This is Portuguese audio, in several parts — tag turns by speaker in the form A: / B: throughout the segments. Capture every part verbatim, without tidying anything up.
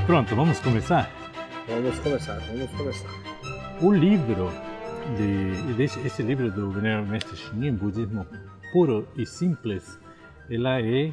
A: Pronto, vamos começar?
B: Vamos começar, vamos começar.
A: O livro, de, desse, esse livro do Venerável Mestre Shinin, Budismo Puro e Simples, ela é,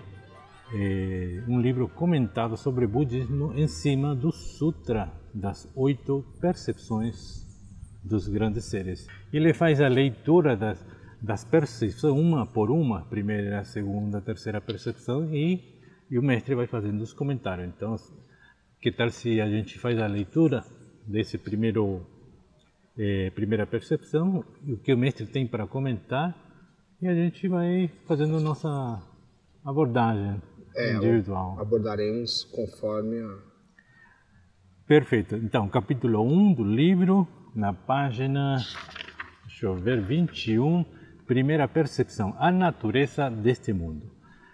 A: é um livro comentado sobre budismo em cima do Sutra das Oito Percepções dos Grandes Seres. Ele faz a leitura das, das percepções, uma por uma, primeira, segunda, terceira percepção, e, e o mestre vai fazendo os comentários. Então, que tal se a gente faz a leitura desse primeiro eh, primeira percepção, o que o mestre tem para comentar, e a gente vai fazendo nossa abordagem
B: é,
A: individual.
B: Abordaremos conforme a...
A: Perfeito. Então, capítulo um do livro, na página, deixa eu ver, vinte e um, primeira percepção, a natureza deste mundo.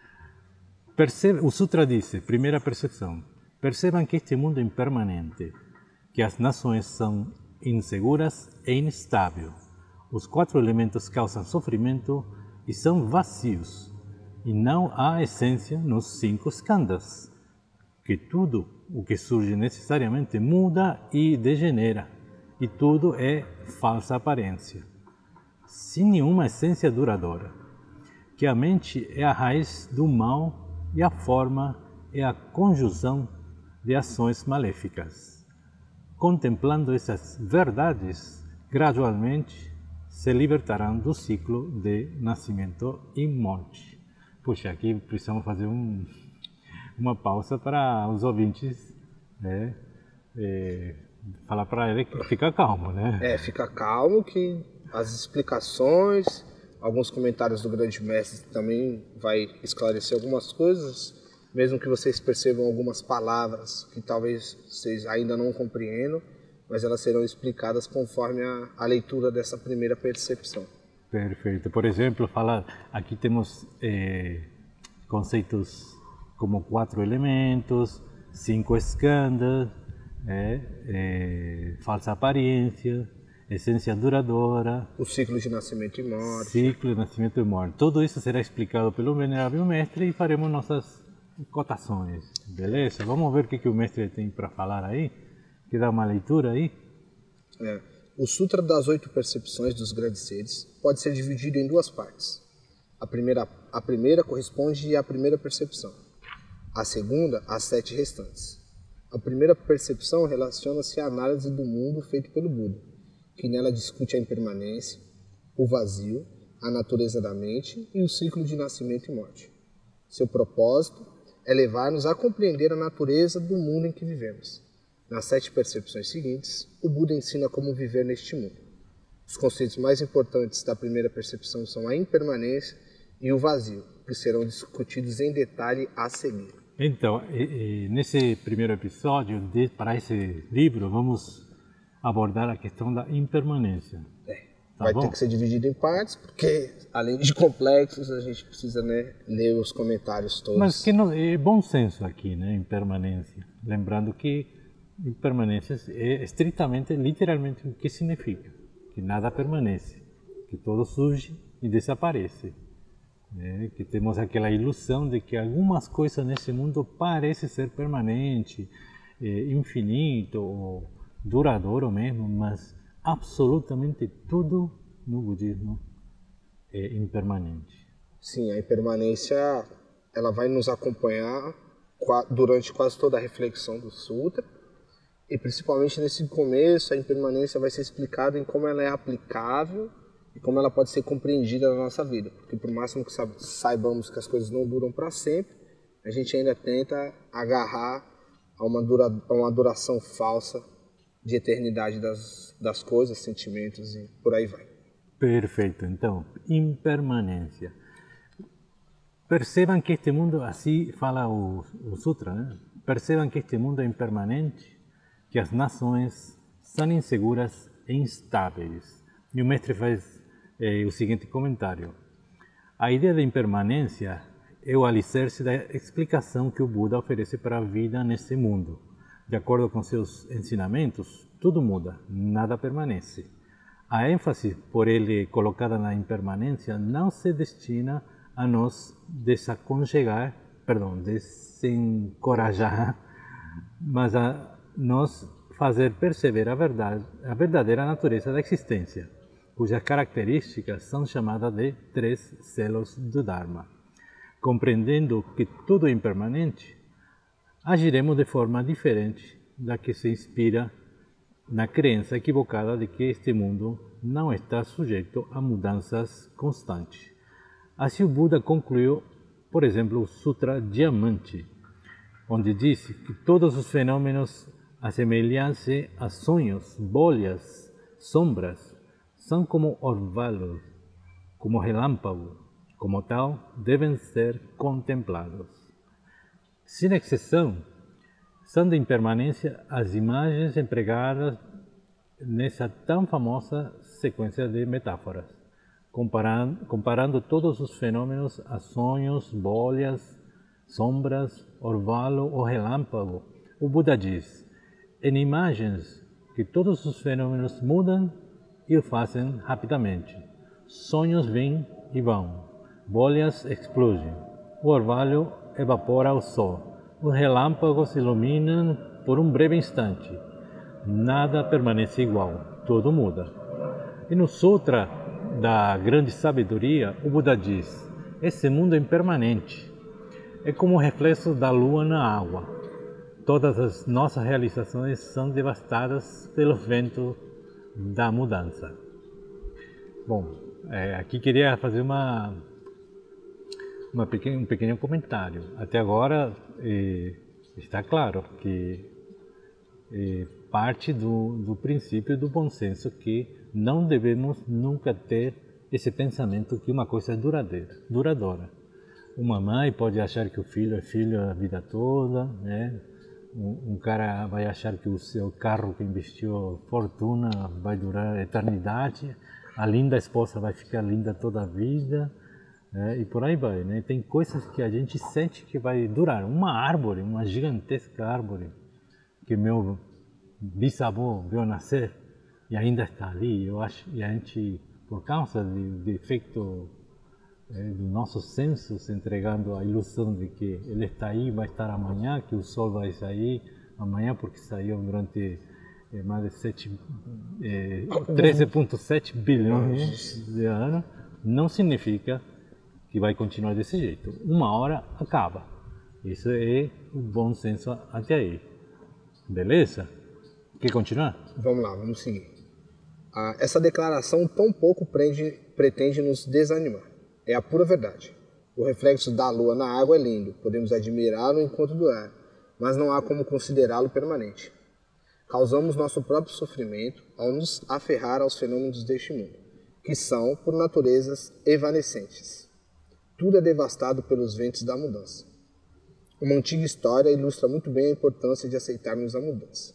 A: Percebe, o Sutra diz, primeira percepção, percebam que este mundo é impermanente, que as nações são inseguras e instáveis. Os quatro elementos causam sofrimento e são vazios, e não há essência nos cinco skandhas, que tudo o que surge necessariamente muda e degenera, e tudo é falsa aparência, sem nenhuma essência duradoura, que a mente é a raiz do mal e a forma é a conjunção de ações maléficas. Contemplando essas verdades, gradualmente se libertarão do ciclo de nascimento e morte. Puxa, aqui precisamos fazer um, uma pausa para os ouvintes, né? É, falar para ele que fica calmo, né?
B: É, fica calmo que as explicações, alguns comentários do grande mestre também vai esclarecer algumas coisas, mesmo que vocês percebam algumas palavras que talvez vocês ainda não compreendam, mas elas serão explicadas conforme a, a leitura dessa primeira percepção.
A: Perfeito. Por exemplo, fala, aqui temos eh, conceitos como quatro elementos, cinco skandhas, é, é, falsa aparência, essência duradoura,
B: o ciclo de nascimento e morte.
A: Ciclo de nascimento e morte. Tudo isso será explicado pelo Venerável Mestre e faremos nossas cotações, beleza? Vamos ver o que, que o mestre tem para falar aí? Quer dar uma leitura aí?
B: É. O Sutra das Oito Percepções dos Grandes Seres pode ser dividido em duas partes. A primeira, a primeira corresponde à primeira percepção, a segunda às sete restantes. A primeira percepção relaciona-se à análise do mundo feito pelo Buda, que nela discute a impermanência, o vazio, a natureza da mente e o ciclo de nascimento e morte. Seu propósito é levar-nos a compreender a natureza do mundo em que vivemos. Nas sete percepções seguintes, o Buda ensina como viver neste mundo. Os conceitos mais importantes da primeira percepção são a impermanência e o vazio, que serão discutidos em detalhe a seguir.
A: Então, e, e, nesse primeiro episódio, de, para esse livro, vamos abordar a questão da impermanência.
B: É,
A: tá
B: vai
A: bom?
B: ter que ser dividido em partes, porque além de complexos, a gente precisa, né, ler os comentários todos.
A: Mas que não, é bom senso aqui, né, impermanência. Lembrando que impermanência é estritamente, literalmente, o que significa. Que nada permanece, que tudo surge e desaparece. Né? Que temos aquela ilusão de que algumas coisas nesse mundo parecem ser permanente, é, infinito, ou duradouro mesmo, mas absolutamente tudo no budismo é impermanente.
B: Sim, a impermanência ela vai nos acompanhar durante quase toda a reflexão do Sutra, e principalmente nesse começo a impermanência vai ser explicada em como ela é aplicável e como ela pode ser compreendida na nossa vida, porque por máximo que saibamos que as coisas não duram para sempre, a gente ainda tenta agarrar a uma, dura, a uma duração falsa de eternidade das, das coisas, sentimentos e por aí vai.
A: Perfeito. Então, impermanência. Percebam que este mundo, assim fala o, o Sutra, né? Percebam que este mundo é impermanente, que as nações são inseguras e instáveis. E o mestre faz eh, o seguinte comentário. A ideia da impermanência é o alicerce da explicação que o Buda oferece para a vida nesse mundo. De acordo com seus ensinamentos, tudo muda, nada permanece. A ênfase por ele colocada na impermanência não se destina a nos desaconchegar, perdão, desencorajar mas a nos fazer perceber a verdade, a verdadeira natureza da existência, cujas características são chamadas de três selos do Dharma. Compreendendo que tudo é impermanente, agiremos de forma diferente da que se inspira na crença equivocada de que este mundo não está sujeito a mudanças constantes. Assim o Buda concluiu, por exemplo, o Sutra Diamante, onde disse que todos os fenômenos assemelham-se a sonhos, bolhas, sombras, são como orvalhos, como relâmpago, como tal, devem ser contemplados. Sem exceção, são de impermanência as imagens empregadas nessa tão famosa sequência de metáforas, comparando, comparando todos os fenômenos a sonhos, bolhas, sombras, orvalho ou relâmpago. O Buda diz, em imagens que todos os fenômenos mudam e o fazem rapidamente. Sonhos vêm e vão, bolhas explodem, o orvalho evapora o sol, os relâmpagos iluminam por um breve instante. Nada permanece igual, tudo muda. E no Sutra da Grande Sabedoria, o Buda diz, esse mundo é impermanente, é como o reflexo da lua na água. Todas as nossas realizações são devastadas pelo vento da mudança. Bom, é, aqui queria fazer uma, uma pequeno, um pequeno comentário. Até agora é, está claro que é, parte do, do princípio do bom senso que não devemos nunca ter esse pensamento que uma coisa é duradoura. duradoura. Uma mãe pode achar que o filho é filho a vida toda, né? Um, um cara vai achar que o seu carro que investiu fortuna vai durar a eternidade, a linda esposa vai ficar linda toda a vida, né? E por aí vai, né? Tem coisas que a gente sente que vai durar. Uma árvore, uma gigantesca árvore que meu bisavô viu nascer e ainda está ali. Eu acho, e a gente, por causa de, de efeito é, do nosso senso, se entregando a ilusão de que ele está aí, vai estar amanhã, que o sol vai sair amanhã porque saiu durante é, mais de sete, é, treze vírgula sete bilhões de anos, não significa que vai continuar desse jeito. Uma hora acaba. Isso é o bom senso até aí. Beleza? Quer continuar?
B: Vamos lá, vamos seguir. Ah, essa declaração tão pouco prende, pretende nos desanimar. É a pura verdade. O reflexo da lua na água é lindo, podemos admirá-lo enquanto durar, mas não há como considerá-lo permanente. Causamos nosso próprio sofrimento ao nos aferrar aos fenômenos deste mundo, que são, por naturezas, evanescentes. Tudo é devastado pelos ventos da mudança. Uma antiga história ilustra muito bem a importância de aceitarmos a mudança.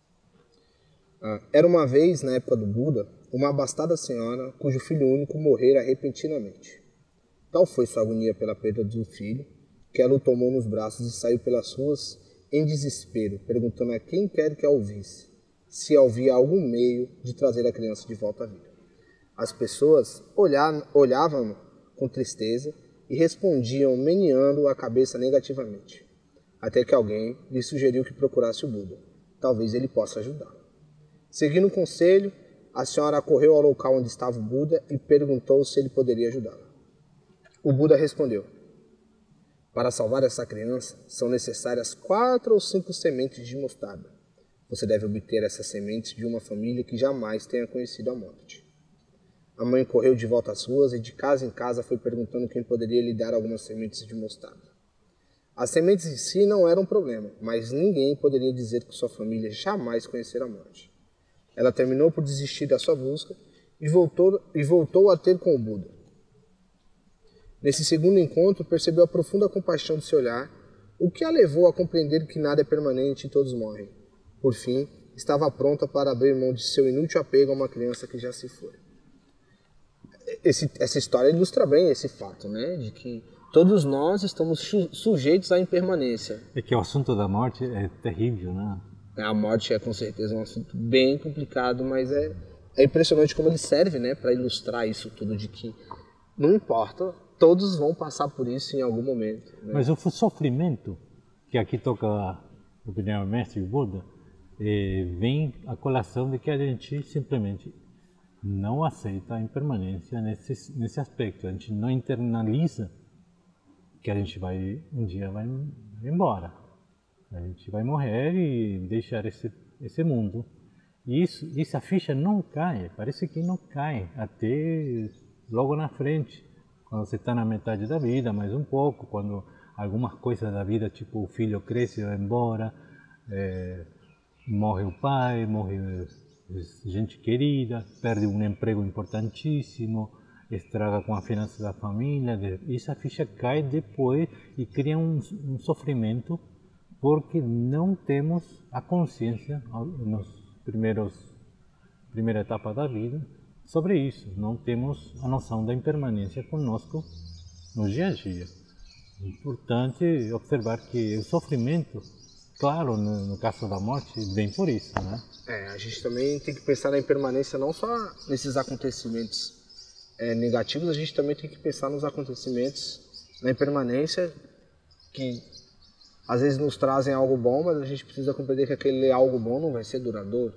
B: Ah, era uma vez, na época do Buda, uma abastada senhora cujo filho único morrera repentinamente. Tal foi sua agonia pela perda do filho, que ela o tomou nos braços e saiu pelas ruas em desespero, perguntando a quem quer que a ouvisse, se havia algum meio de trazer a criança de volta à vida. As pessoas olhavam-no com tristeza e respondiam meneando a cabeça negativamente, até que alguém lhe sugeriu que procurasse o Buda. Talvez ele possa ajudá-la. Seguindo o conselho, a senhora correu ao local onde estava o Buda e perguntou se ele poderia ajudá-la. O Buda respondeu, para salvar essa criança, são necessárias quatro ou cinco sementes de mostarda. Você deve obter essas sementes de uma família que jamais tenha conhecido a morte. A mãe correu de volta às ruas e de casa em casa foi perguntando quem poderia lhe dar algumas sementes de mostarda. As sementes em si não eram um problema, mas ninguém poderia dizer que sua família jamais conhecera a morte. Ela terminou por desistir da sua busca e voltou, e voltou a ter com o Buda. Nesse segundo encontro, percebeu a profunda compaixão de seu olhar, o que a levou a compreender que nada é permanente e todos morrem. Por fim, estava pronta para abrir mão de seu inútil apego a uma criança que já se foi. Esse, essa história ilustra bem esse fato, né? De que todos nós estamos sujeitos à impermanência.
A: É que o assunto da morte é terrível, né?
B: A morte é com certeza um assunto bem complicado, mas é, é impressionante como ele serve, né? Para ilustrar isso tudo, de que não importa, todos vão passar por isso em algum momento. Né?
A: Mas o sofrimento, que aqui toca opinião do mestre Buda, é, vem a colação de que a gente simplesmente não aceita a impermanência nesse, nesse aspecto. A gente não internaliza que a gente vai, um dia vai embora. A gente vai morrer e deixar esse, esse mundo. E isso, essa ficha não cai, parece que não cai, até logo na frente. Quando você está na metade da vida, mais um pouco, quando algumas coisas da vida, tipo o filho cresce e vai embora, é, morre o pai, morre gente querida, perde um emprego importantíssimo, estraga com a finança da família, essa ficha cai depois e cria um, um sofrimento porque não temos a consciência nos primeiros primeira etapa da vida sobre isso, não temos a noção da impermanência conosco no dia a dia. É importante observar que o sofrimento, claro, no, no caso da morte, vem por isso, né?
B: É, a gente também tem que pensar na impermanência não só nesses acontecimentos é, negativos, a gente também tem que pensar nos acontecimentos, na impermanência, que às vezes nos trazem algo bom, mas a gente precisa compreender que aquele algo bom não vai ser duradouro,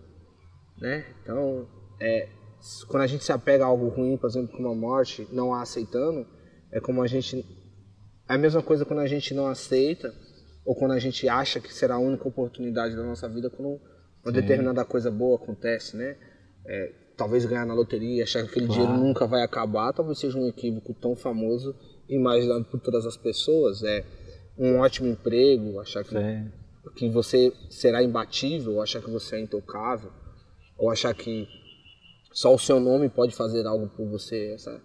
B: né? Então, é, quando a gente se apega a algo ruim, por exemplo, como a morte, não a aceitando, é como a gente... É a mesma coisa quando a gente não aceita, ou quando a gente acha que será a única oportunidade da nossa vida, quando uma Sim. determinada coisa boa acontece, né? É, talvez ganhar na loteria, achar que aquele claro. dinheiro nunca vai acabar, talvez seja um equívoco tão famoso, imaginado por todas as pessoas. É um ótimo emprego, achar que, que você será imbatível, ou achar que você é intocável, ou achar que só o seu nome pode fazer algo por você. Sabe?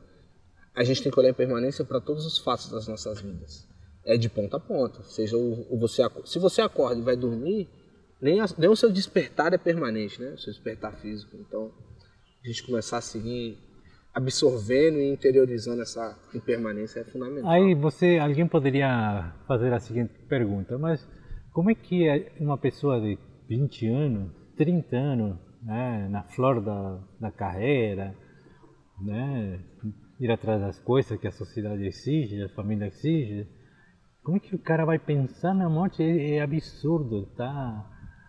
B: A gente tem que olhar em permanência para todos os fatos das nossas vidas. É de ponta a ponta. Seja o, o você, se você acorda e vai dormir, nem, a, nem o seu despertar é permanente, né? O seu despertar físico. Então, a gente começar a seguir absorvendo e interiorizando essa impermanência é fundamental.
A: Aí você, alguém poderia fazer a seguinte pergunta, mas como é que uma pessoa de vinte anos, trinta anos, né, na flor da, da carreira, né, ir atrás das coisas que a sociedade exige, a família exige, como é que o cara vai pensar na morte? É, é absurdo, tá,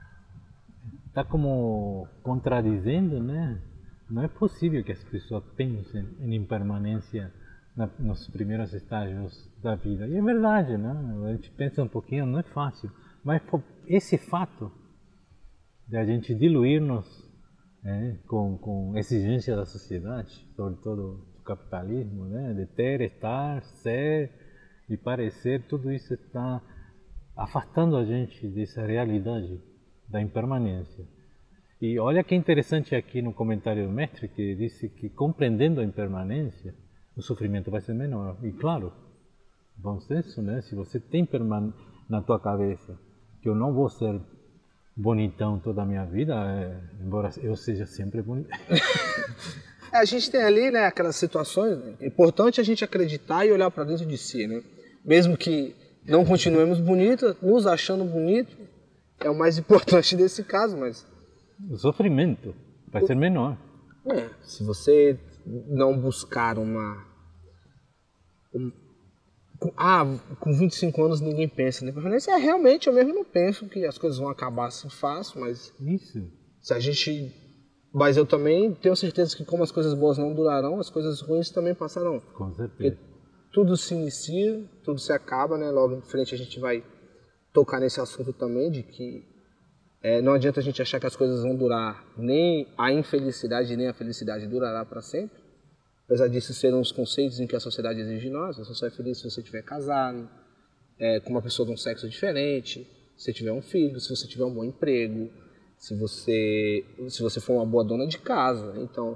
A: tá como contradizendo, né? Não é possível que as pessoas pensem em impermanência na, nos primeiros estágios da vida. E é verdade, né? A gente pensa um pouquinho, não é fácil. Mas esse fato de a gente diluir-nos é, com, com exigência da sociedade, sobretudo do capitalismo, né? De ter, estar, ser e parecer, tudo isso está afastando a gente dessa realidade da impermanência. E olha que interessante aqui no comentário do mestre, que disse que compreendendo a impermanência, o sofrimento vai ser menor. E claro, bom senso, né? Se você tem na tua cabeça que eu não vou ser bonitão toda a minha vida, é, embora eu seja sempre bonito.
B: É, a gente tem ali, né, aquelas situações, né? É importante a gente acreditar e olhar para dentro de si, né? Mesmo que não continuemos bonitos, nos achando bonitos, é o mais importante desse caso, mas...
A: O sofrimento vai o... ser menor.
B: É, se você não buscar uma... Um... Ah, com vinte e cinco anos ninguém pensa na permanência. É, realmente, eu mesmo não penso que as coisas vão acabar assim fácil, mas...
A: Isso.
B: Se a gente... Mas eu também tenho certeza que como as coisas boas não durarão, as coisas ruins também passarão.
A: Com certeza.
B: Porque tudo se inicia, tudo se acaba, né? Logo em frente a gente vai tocar nesse assunto também, de que é, não adianta a gente achar que as coisas vão durar, nem a infelicidade nem a felicidade durará para sempre. Apesar disso serem os conceitos em que a sociedade exige de nós, você só é feliz se você estiver casado, é, com uma pessoa de um sexo diferente, se você tiver um filho, se você tiver um bom emprego, se você, se você for uma boa dona de casa. Então,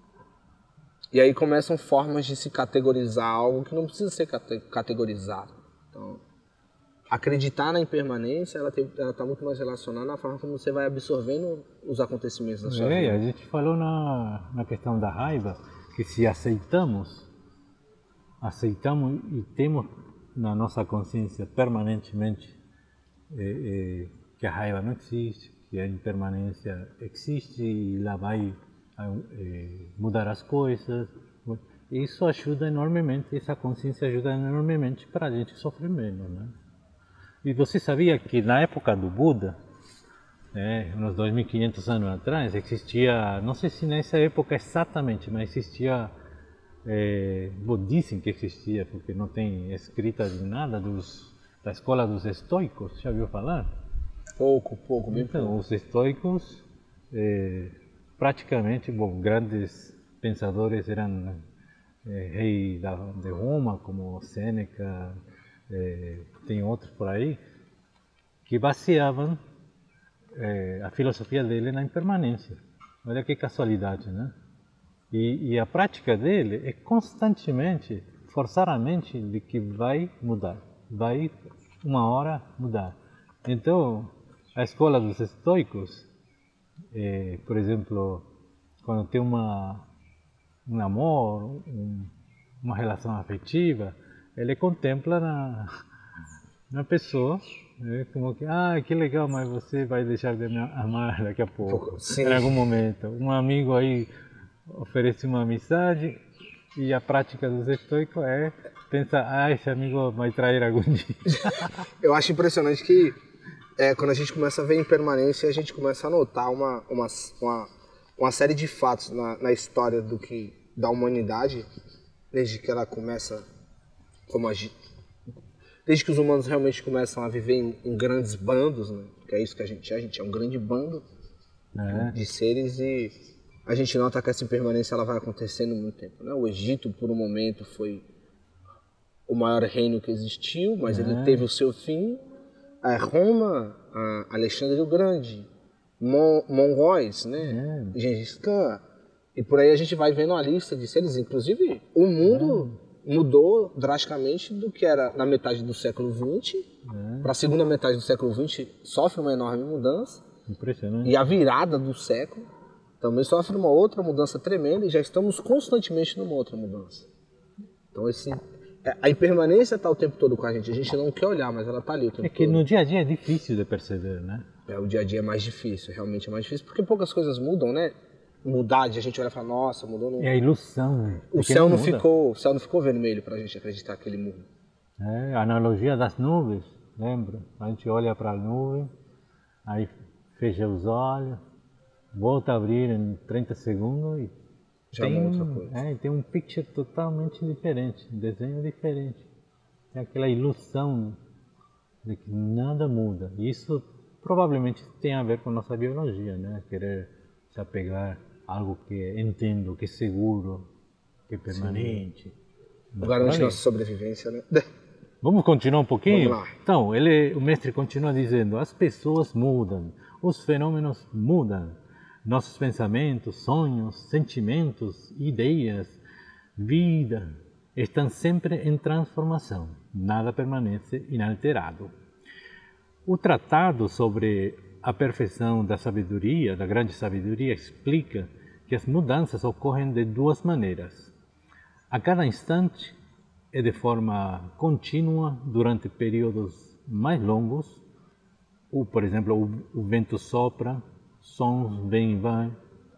B: e aí começam formas de se categorizar algo que não precisa ser cate categorizado. Então, acreditar na impermanência, ela está muito mais relacionada à forma como você vai absorvendo os acontecimentos da sua
A: é,
B: vida.
A: A gente falou na, na questão da raiva, que se aceitamos, aceitamos e temos na nossa consciência permanentemente é, é, que a raiva não existe, que a impermanência existe e lá vai é, mudar as coisas. Isso ajuda enormemente, essa consciência ajuda enormemente para a gente sofrer menos, né? E você sabia que na época do Buda, né, uns dois mil e quinhentos anos atrás, existia, não sei se nessa época exatamente, mas existia, é, dizem que existia, porque não tem escrita de nada, dos, da escola dos estoicos, já ouviu falar?
B: Pouco, pouco, bem
A: Então,
B: pouco.
A: os estoicos, é, praticamente, bom, grandes pensadores eram é, rei da, de Roma, como Sêneca, é, tem outros por aí, que baseavam é, a filosofia dele na impermanência. Olha que casualidade, né? E, e a prática dele é constantemente forçar a mente de que vai mudar, vai uma hora mudar. Então, a escola dos estoicos, é, por exemplo, quando tem uma, um namoro, um, uma relação afetiva, ele contempla na, na pessoa, né, como que, ah, que legal, mas você vai deixar de me amar daqui a pouco,
B: Sim.
A: em algum momento. Um amigo aí oferece uma amizade e a prática dos estoicos é pensar, ah, esse amigo vai trair algum dia.
B: Eu acho impressionante que é, quando a gente começa a ver impermanência, a gente começa a notar uma, uma, uma, uma série de fatos na, na história do que, da humanidade, desde que ela começa, como a gente, desde que os humanos realmente começam a viver em, em grandes bandos, né? Que é isso que a gente é, a gente é um grande bando
A: É.
B: de seres e a gente nota que essa impermanência ela vai acontecendo muito tempo, né? O Egito, por um momento, foi o maior reino que existiu, mas é. ele teve o seu fim. A Roma, a Alexandre o Grande, Mon mongóis, né? É. Gengis Khan, e por aí a gente vai vendo a lista de seres, inclusive o mundo é. mudou drasticamente do que era na metade do século vinte é. para a segunda metade do século vinte, sofre uma enorme mudança.
A: Impressionante.
B: E a virada do século também sofre uma outra mudança tremenda e já estamos constantemente numa outra mudança. Então esse, a impermanência está o tempo todo com a gente, a gente não quer olhar, mas ela está ali o tempo todo.
A: É que todo. No dia a dia é difícil de perceber, né?
B: É, o dia a dia é mais difícil, realmente é mais difícil, porque poucas coisas mudam, né? Mudar, de a gente olha e fala, nossa, mudou. Não...
A: É a ilusão.
B: O céu, não ficou, o céu não ficou vermelho para a gente acreditar que ele muda.
A: É, a analogia das nuvens, lembra? A gente olha para a nuvem, aí fecha os olhos, volta a abrir em trinta segundos e
B: já
A: tem,
B: outra coisa.
A: É, tem um picture totalmente diferente, um desenho diferente. Tem aquela ilusão de que nada muda. Isso provavelmente tem a ver com nossa biologia, né? Querer se apegar a algo que entendo, que é seguro, que é permanente.
B: Garante nossa sobrevivência, né?
A: Vamos continuar um pouquinho?
B: Vamos lá.
A: Então, ele, o mestre continua dizendo, as pessoas mudam, os fenômenos mudam, nossos pensamentos, sonhos, sentimentos, ideias, vida, estão sempre em transformação, nada permanece inalterado. O tratado sobre a perfeição da sabedoria, da grande sabedoria, explica que as mudanças ocorrem de duas maneiras. A cada instante e de forma contínua durante períodos mais longos, ou, por exemplo, o, o vento sopra, sons vêm e vão,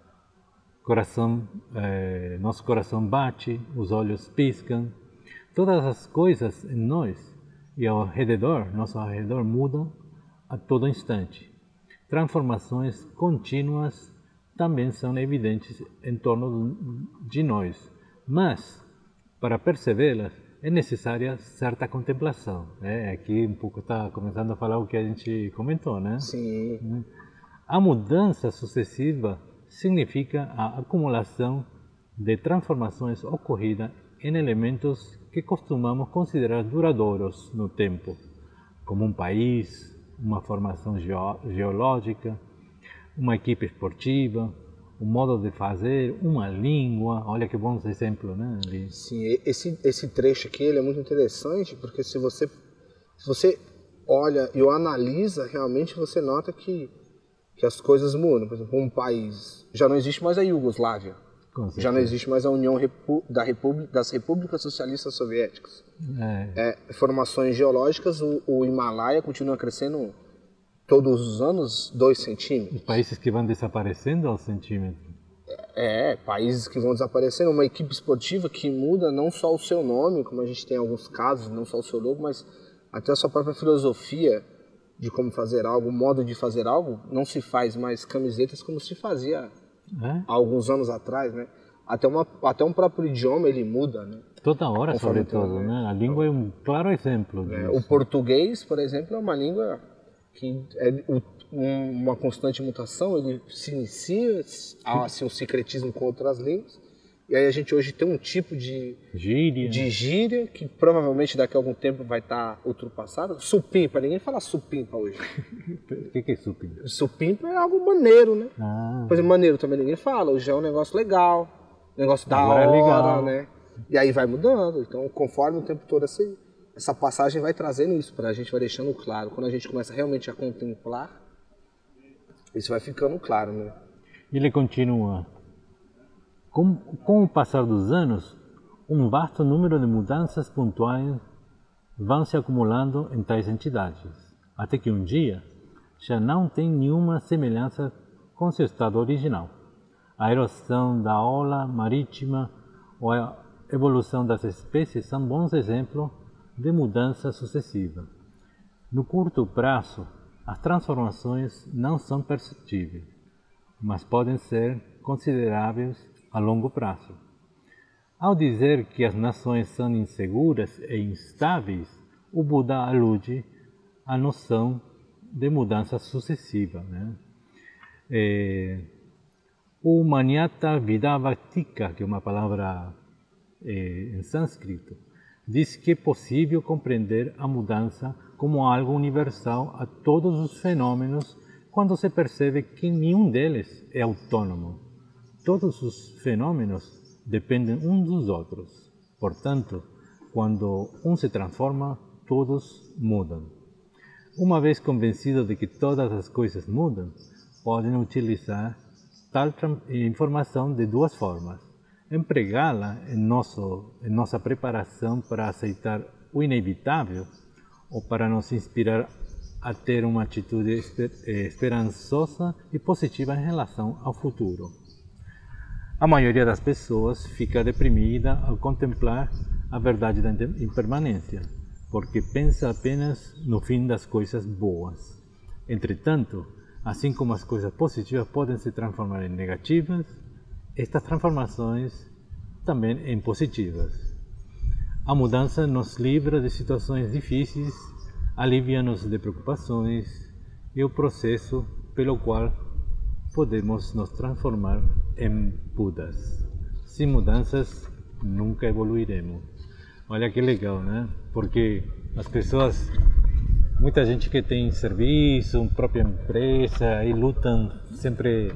A: coração, eh, nosso coração bate, os olhos piscam, todas as coisas em nós e ao redor, nosso redor mudam a todo instante. Transformações contínuas também são evidentes em torno de nós, mas para percebê-las é necessária certa contemplação. É, aqui um pouco está começando a falar o que a gente comentou, né?
B: Sim.
A: A mudança sucessiva significa a acumulação de transformações ocorridas em elementos que costumamos considerar duradouros no tempo, como um país, uma formação geo geológica, uma equipe esportiva, um modo de fazer, uma língua. Olha que bons exemplos, né? Ali.
B: Sim, esse, esse trecho aqui ele é muito interessante, porque se você, se você olha e o analisa, realmente você nota que, que as coisas mudam. Por exemplo, um país, já não existe mais a Iugoslávia, já não existe mais a União Repu da República, das Repúblicas Socialistas Soviéticas. É. É, formações geológicas, o, o Himalaia continua crescendo todos os anos dois centímetros.
A: Os países que vão desaparecendo aos centímetros.
B: É, países que vão desaparecendo. Uma equipe esportiva que muda não só o seu nome, como a gente tem em alguns casos, não só o seu logo, mas até a sua própria filosofia de como fazer algo, o modo de fazer algo, não se faz mais camisetas como se fazia
A: é?
B: há alguns anos atrás, né? Até, uma, até um próprio idioma ele muda, né?
A: Toda hora,
B: Conforme
A: sobretudo,
B: tem,
A: né? A língua é um claro exemplo disso.
B: É, o português, por exemplo, é uma língua que é o, um, uma constante mutação, ele se inicia, há assim, um secretismo com outras línguas, e aí a gente hoje tem um tipo de
A: gíria,
B: de gíria que provavelmente daqui a algum tempo vai estar ultrapassada. Supimpa, ninguém fala supimpa hoje.
A: O que, que é supimpa?
B: Supimpa é algo maneiro, né?
A: Ah.
B: Por exemplo, maneiro também ninguém fala, hoje é um negócio legal, um negócio da
A: Agora
B: hora,
A: é legal.
B: né? E aí vai mudando, então conforme o tempo todo essa, essa passagem vai trazendo isso pra gente, vai deixando claro. Quando a gente começa realmente a contemplar, isso vai ficando claro, né?
A: Ele continua. Com, com o passar dos anos, um vasto número de mudanças pontuais vão se acumulando em tais entidades, até que um dia já não tem nenhuma semelhança com seu estado original. A erosão da orla marítima ou a evolução das espécies são bons exemplos de mudança sucessiva. No curto prazo, as transformações não são perceptíveis, mas podem ser consideráveis a longo prazo. Ao dizer que as nações são inseguras e instáveis, o Buda alude à noção de mudança sucessiva, né? É, o Manyata Vidavaktika, que é uma palavra é, em sânscrito, diz que é possível compreender a mudança como algo universal a todos os fenômenos quando se percebe que nenhum deles é autônomo. Todos os fenômenos dependem uns dos outros. Portanto, quando um se transforma, todos mudam. Uma vez convencido de que todas as coisas mudam, podem utilizar tal informação de duas formas. Empregá-la em, nosso, em nossa preparação para aceitar o inevitável ou para nos inspirar a ter uma atitude esper, esperançosa e positiva em relação ao futuro. A maioria das pessoas fica deprimida ao contemplar a verdade da impermanência, porque pensa apenas no fim das coisas boas. Entretanto, assim como as coisas positivas podem se transformar em negativas, estas transformações também em positivas. A mudança nos livra de situações difíceis, alivia-nos de preocupações e o processo pelo qual podemos nos transformar em Budas. Sem mudanças, nunca evoluiremos. Olha que legal, né? Porque as pessoas, muita gente que tem serviço, uma própria empresa, e lutam sempre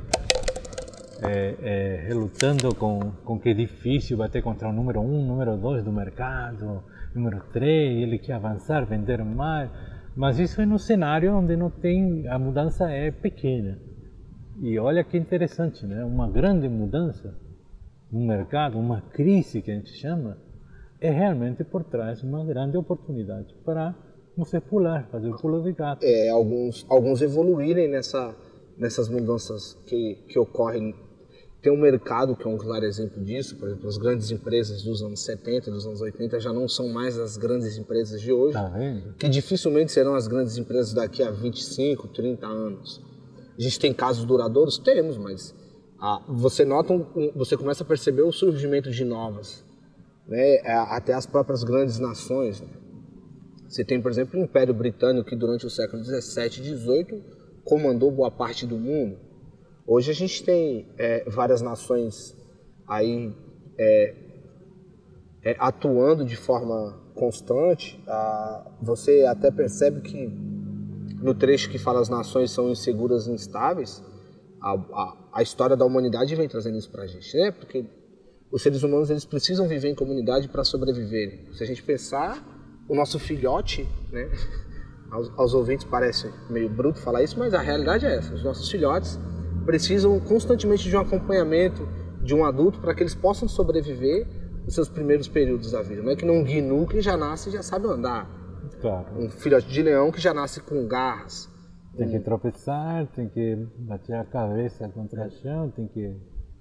A: é, é, relutando com, com que é difícil bater contra o número um, número dois do mercado, número três, ele quer avançar, vender mais, mas isso é no cenário onde não tem, a mudança é pequena. E olha que interessante, né? Uma grande mudança no mercado, uma crise que a gente chama, é realmente por trás uma grande oportunidade para você pular, fazer o pulo de gato.
B: É, alguns, alguns evoluírem nessa, nessas mudanças que, que ocorrem. Tem um mercado que é um claro exemplo disso, por exemplo, as grandes empresas dos anos setenta, dos anos oitenta já não são mais as grandes empresas de hoje,
A: tá vendo?
B: Que dificilmente serão as grandes empresas daqui a vinte e cinco, trinta anos. A gente tem casos duradouros? Temos, mas ah, você nota, um, um, você começa a perceber o surgimento de novas, né? Até as próprias grandes nações. Né? Você tem, por exemplo, o Império Britânico, que durante o século dezessete e dezoito comandou boa parte do mundo. Hoje a gente tem é, várias nações aí é, é, atuando de forma constante. Ah, você até percebe que no trecho que fala as nações são inseguras e instáveis, a, a, a história da humanidade vem trazendo isso pra gente, né? Porque os seres humanos eles precisam viver em comunidade para sobreviverem. Se a gente pensar, o nosso filhote, né? Aos, aos ouvintes parece meio bruto falar isso, mas a realidade é essa. Os nossos filhotes precisam constantemente de um acompanhamento de um adulto para que eles possam sobreviver nos seus primeiros períodos da vida. Não é que não um gnu que já nasce e já sabe andar.
A: Claro.
B: Um filhote de leão que já nasce com garras.
A: Tem que tropeçar, tem que bater a cabeça contra o chão, tem que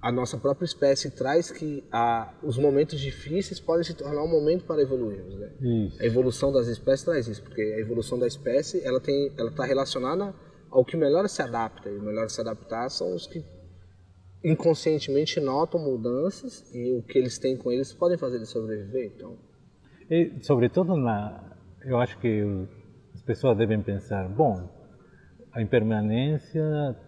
B: a nossa própria espécie traz que a, os momentos difíceis podem se tornar um momento para evoluirmos, né? A evolução das espécies traz isso, porque a evolução da espécie ela tem, ela está relacionada ao que melhor se adapta, e o melhor se adaptar são os que inconscientemente notam mudanças e o que eles têm com eles podem fazer eles sobreviver. Então,
A: e, sobretudo, na, eu acho que as pessoas devem pensar, bom, a impermanência,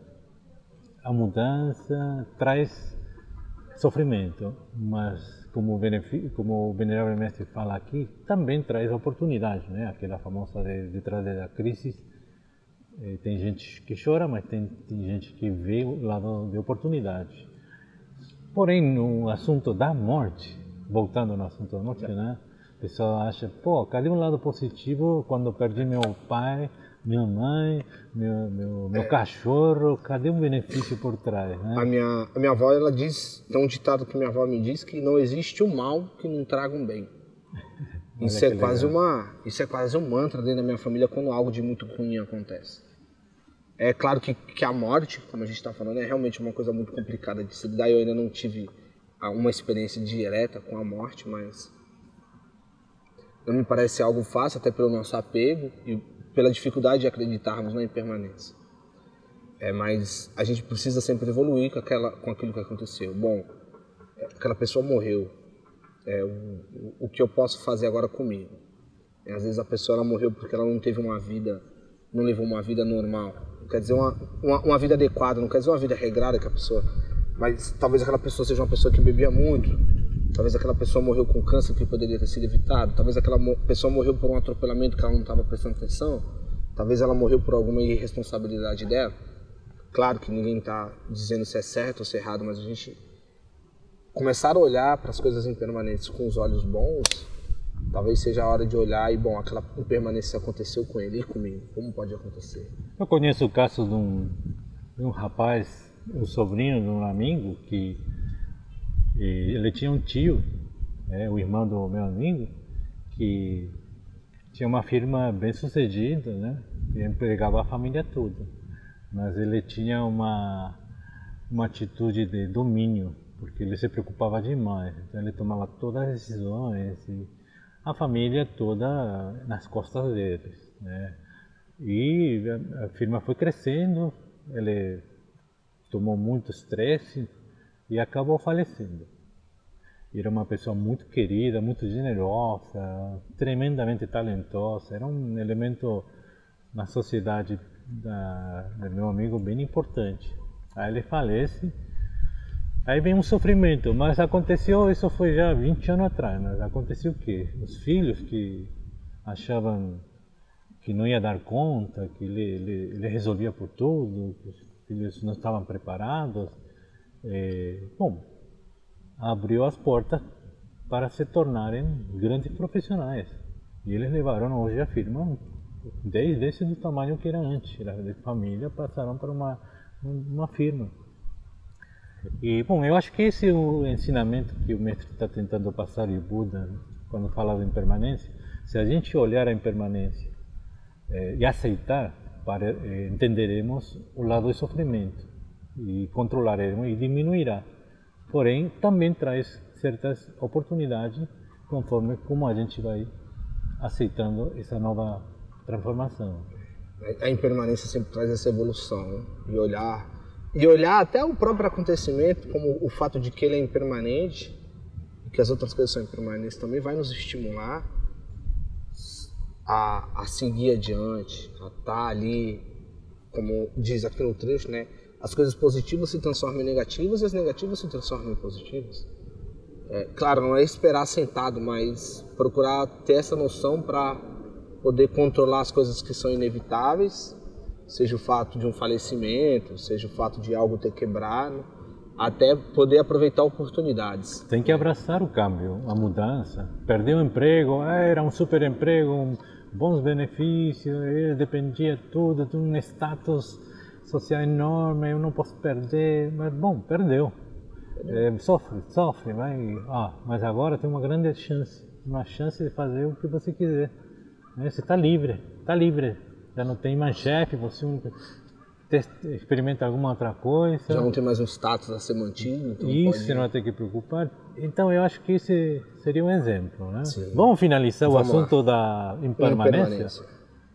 A: a mudança traz sofrimento, mas como, como o Venerável Mestre fala aqui, também traz oportunidade, né? Aquela famosa de, de trás da crise, eh, tem gente que chora, mas tem, tem gente que vê o lado de oportunidade. Porém, no assunto da morte, voltando no assunto da morte, né? A pessoa acha, pô, cadê um lado positivo quando eu perdi meu pai, minha mãe, meu, meu, meu é. cachorro, cadê um benefício por trás, né?
B: A minha, a minha avó, ela diz, tem um ditado que minha avó me diz, que não existe um mal que não traga um bem. Isso é, quase uma, isso é quase um mantra dentro da minha família quando algo de muito ruim acontece. É claro que, que a morte, como a gente está falando, é realmente uma coisa muito complicada de se lidar. Eu ainda não tive uma experiência direta com a morte, mas não me parece algo fácil, até pelo nosso apego e pela dificuldade de acreditarmos na impermanência. É, mas a gente precisa sempre evoluir com, aquela, com aquilo que aconteceu. Bom, aquela pessoa morreu. É, o, o que eu posso fazer agora comigo? É, às vezes a pessoa ela morreu porque ela não teve uma vida, não levou uma vida normal. Não quer dizer uma, uma, uma vida adequada, não quer dizer uma vida regrada que a pessoa... Mas talvez aquela pessoa seja uma pessoa que bebia muito. Talvez aquela pessoa morreu com câncer que poderia ter sido evitado. Talvez aquela pessoa morreu por um atropelamento que ela não estava prestando atenção. Talvez ela morreu por alguma irresponsabilidade dela. Claro que ninguém está dizendo se é certo ou se é errado, mas a gente começar a olhar para as coisas impermanentes com os olhos bons, talvez seja a hora de olhar e, bom, aquela impermanência aconteceu com ele e comigo. Como pode acontecer?
A: Eu conheço o caso de um, de um rapaz, um sobrinho de um amigo, que e ele tinha um tio, é, o irmão do meu amigo, que tinha uma firma bem sucedida, né? E empregava a família toda. Mas ele tinha uma, uma atitude de domínio, porque ele se preocupava demais. Então ele tomava todas as decisões e a família toda nas costas dele, né? E a, a firma foi crescendo, ele tomou muito estresse e acabou falecendo. Era uma pessoa muito querida, muito generosa, tremendamente talentosa. Era um elemento na sociedade da, do meu amigo bem importante. Aí ele falece, aí vem um sofrimento, mas aconteceu, isso foi já vinte anos atrás, mas aconteceu o quê? Os filhos que achavam que não ia dar conta, que ele, ele, ele resolvia por tudo, que os filhos não estavam preparados. É, bom, abriu as portas para se tornarem grandes profissionais. E eles levaram hoje a firma desde esse do tamanho que era antes. Era de família, passaram para uma, uma firma. E, bom, eu acho que esse é o ensinamento que o mestre está tentando passar, e o Buda, quando fala de impermanência. Se a gente olhar a impermanência é, e aceitar, para, é, entenderemos o lado do sofrimento e controlaremos e diminuirá. Porém, também traz certas oportunidades conforme como a gente vai aceitando essa nova transformação.
B: A impermanência sempre traz essa evolução, né? E olhar e olhar até o próprio acontecimento como o fato de que ele é impermanente e que as outras coisas são impermanentes também vai nos estimular a, a seguir adiante, a estar ali, como diz aqui no trecho, né? As coisas positivas se transformam em negativas e as negativas se transformam em positivas. É, claro, não é esperar sentado, mas procurar ter essa noção para poder controlar as coisas que são inevitáveis, seja o fato de um falecimento, seja o fato de algo ter quebrado, até poder aproveitar oportunidades.
A: Tem que abraçar o câmbio, a mudança. Perdeu o emprego, era um super emprego, um, bons benefícios, ele dependia tudo de um status social enorme, eu não posso perder, mas bom, perdeu. É, sofre, sofre, vai. Ah, mas agora tem uma grande chance, uma chance de fazer o que você quiser. Né? Você está livre, está livre. Já não tem mais chefe, você experimenta alguma outra coisa.
B: Já não tem mais um status a ser mantido. Então
A: Isso
B: pode...
A: você não vai ter que preocupar. Então eu acho que esse seria um exemplo, né?
B: Sim.
A: Vamos finalizar
B: Vamos
A: o assunto
B: lá.
A: da impermanência?
B: impermanência.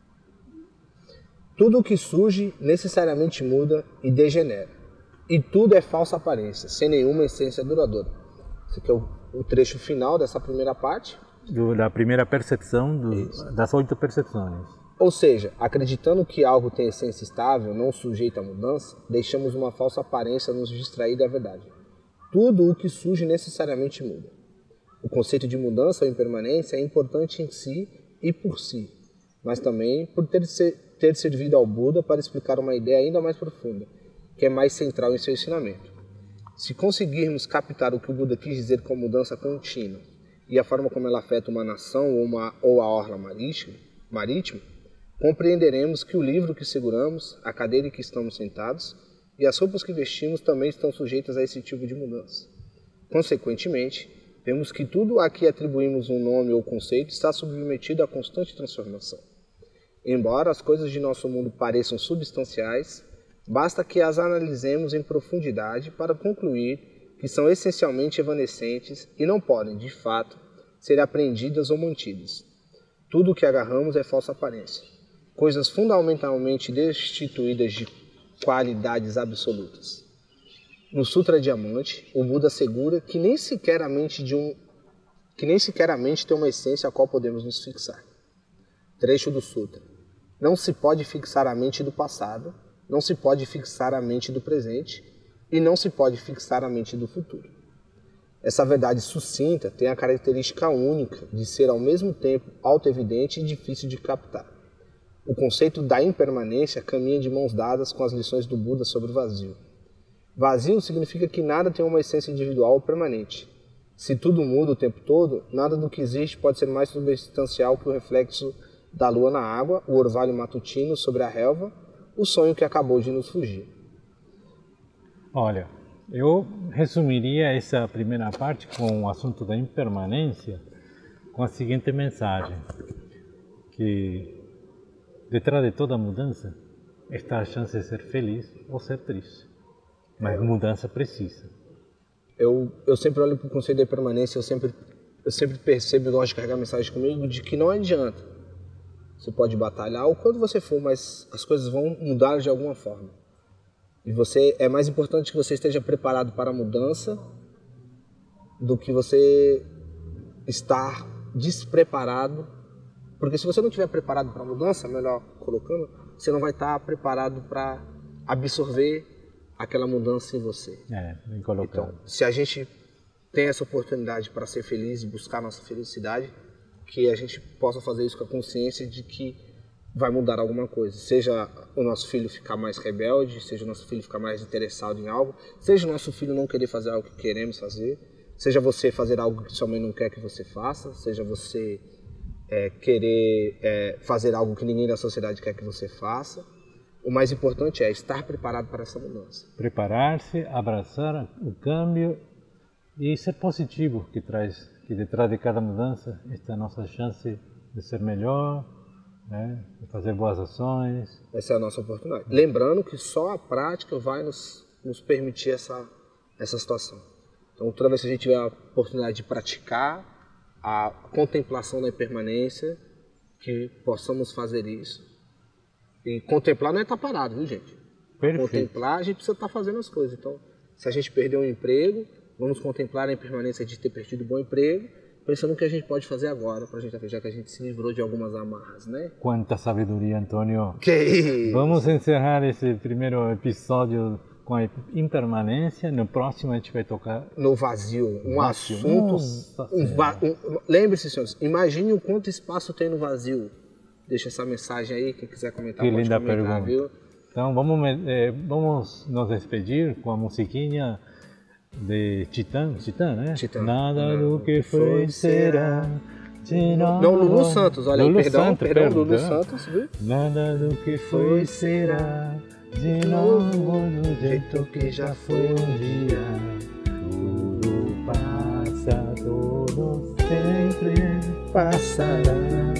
B: Tudo o que surge necessariamente muda e degenera. E tudo é falsa aparência, sem nenhuma essência duradoura. Esse aqui é o, o trecho final dessa primeira parte.
A: Do, da primeira percepção, do, das oito percepções.
B: Ou seja, acreditando que algo tem essência estável, não sujeita a mudança, deixamos uma falsa aparência nos distrair da verdade. Tudo o que surge necessariamente muda. O conceito de mudança ou impermanência é importante em si e por si, mas também por ter, ser, ter servido ao Buda para explicar uma ideia ainda mais profunda, que é mais central em seu ensinamento. Se conseguirmos captar o que o Buda quis dizer com mudança contínua e a forma como ela afeta uma nação ou, uma, ou a orla marítima, marítima, compreenderemos que o livro que seguramos, a cadeira em que estamos sentados e as roupas que vestimos também estão sujeitas a esse tipo de mudança. Consequentemente, vemos que tudo a que atribuímos um nome ou conceito está submetido a constante transformação. Embora as coisas de nosso mundo pareçam substanciais, basta que as analisemos em profundidade para concluir que são essencialmente evanescentes e não podem, de fato, ser apreendidas ou mantidas. Tudo o que agarramos é falsa aparência. Coisas fundamentalmente destituídas de qualidades absolutas. No Sutra Diamante, o Buda assegura que nem sequer a mente de um que nem sequer a mente tem uma essência a qual podemos nos fixar. Trecho do Sutra. Não se pode fixar a mente do passado, não se pode fixar a mente do presente e não se pode fixar a mente do futuro. Essa verdade sucinta tem a característica única de ser ao mesmo tempo auto-evidente e difícil de captar. O conceito da impermanência caminha de mãos dadas com as lições do Buda sobre o vazio. Vazio significa que nada tem uma essência individual ou permanente. Se tudo muda o tempo todo, nada do que existe pode ser mais substancial que o reflexo da lua na água, o orvalho matutino sobre a relva, o sonho que acabou de nos fugir.
A: Olha, eu resumiria essa primeira parte com o assunto da impermanência com a seguinte mensagem, que detrás de toda mudança está a chance de ser feliz ou ser triste, mas mudança precisa.
B: Eu, eu sempre olho para o conceito da impermanência, eu sempre, eu sempre percebo, eu gosto de carregar mensagem comigo, de que não adianta. Você pode batalhar o quanto você for, mas as coisas vão mudar de alguma forma. E você, é mais importante que você esteja preparado para a mudança do que você estar despreparado. Porque se você não estiver preparado para a mudança, melhor colocando, você não vai estar preparado para absorver aquela mudança em você.
A: É, bem colocado.
B: Então, se a gente tem essa oportunidade para ser feliz e buscar nossa felicidade, que a gente possa fazer isso com a consciência de que vai mudar alguma coisa. Seja o nosso filho ficar mais rebelde, seja o nosso filho ficar mais interessado em algo, seja o nosso filho não querer fazer algo que queremos fazer, seja você fazer algo que sua mãe não quer que você faça, seja você é, querer é, fazer algo que ninguém da sociedade quer que você faça. O mais importante é estar preparado para essa mudança.
A: Preparar-se, abraçar o câmbio e ser positivo, que traz, que detrás de cada mudança está a nossa chance de ser melhor, né? De fazer boas ações.
B: Essa é a nossa oportunidade. Lembrando que só a prática vai nos, nos permitir essa, essa situação. Então, toda vez que a gente tiver a oportunidade de praticar a contemplação da impermanência, que possamos fazer isso. E contemplar não é estar parado, viu, gente?
A: Perfeito.
B: Contemplar, a gente precisa estar fazendo as coisas. Então, se a gente perdeu um emprego, vamos contemplar a impermanência de ter perdido um bom emprego, pensando no que a gente pode fazer agora, pra gente, já que a gente se livrou de algumas amarras, né?
A: Quanta sabedoria, Antônio!
B: Que isso?
A: Vamos encerrar esse primeiro episódio com a impermanência. No próximo a gente vai tocar
B: no vazio, um
A: vazio.
B: assunto.
A: Nossa,
B: um va um, Lembre-se, senhores, imagine o quanto espaço tem no vazio. Deixa essa mensagem aí, quem quiser comentar,
A: que
B: pode
A: linda
B: comentar,
A: pergunta.
B: Viu?
A: Então vamos, eh, vamos nos despedir com a musiquinha de Titã, Titã, né?
B: Titã.
A: Nada do que foi será. De novo.
B: Não, Lulu Santos, olha
A: Lulu
B: aí, perdão,
A: Santos,
B: perdão,
A: perdão.
B: Lulu Santos, viu?
A: Nada do que foi será. De novo do jeito que já foi um dia. Tudo passa, tudo sempre passará.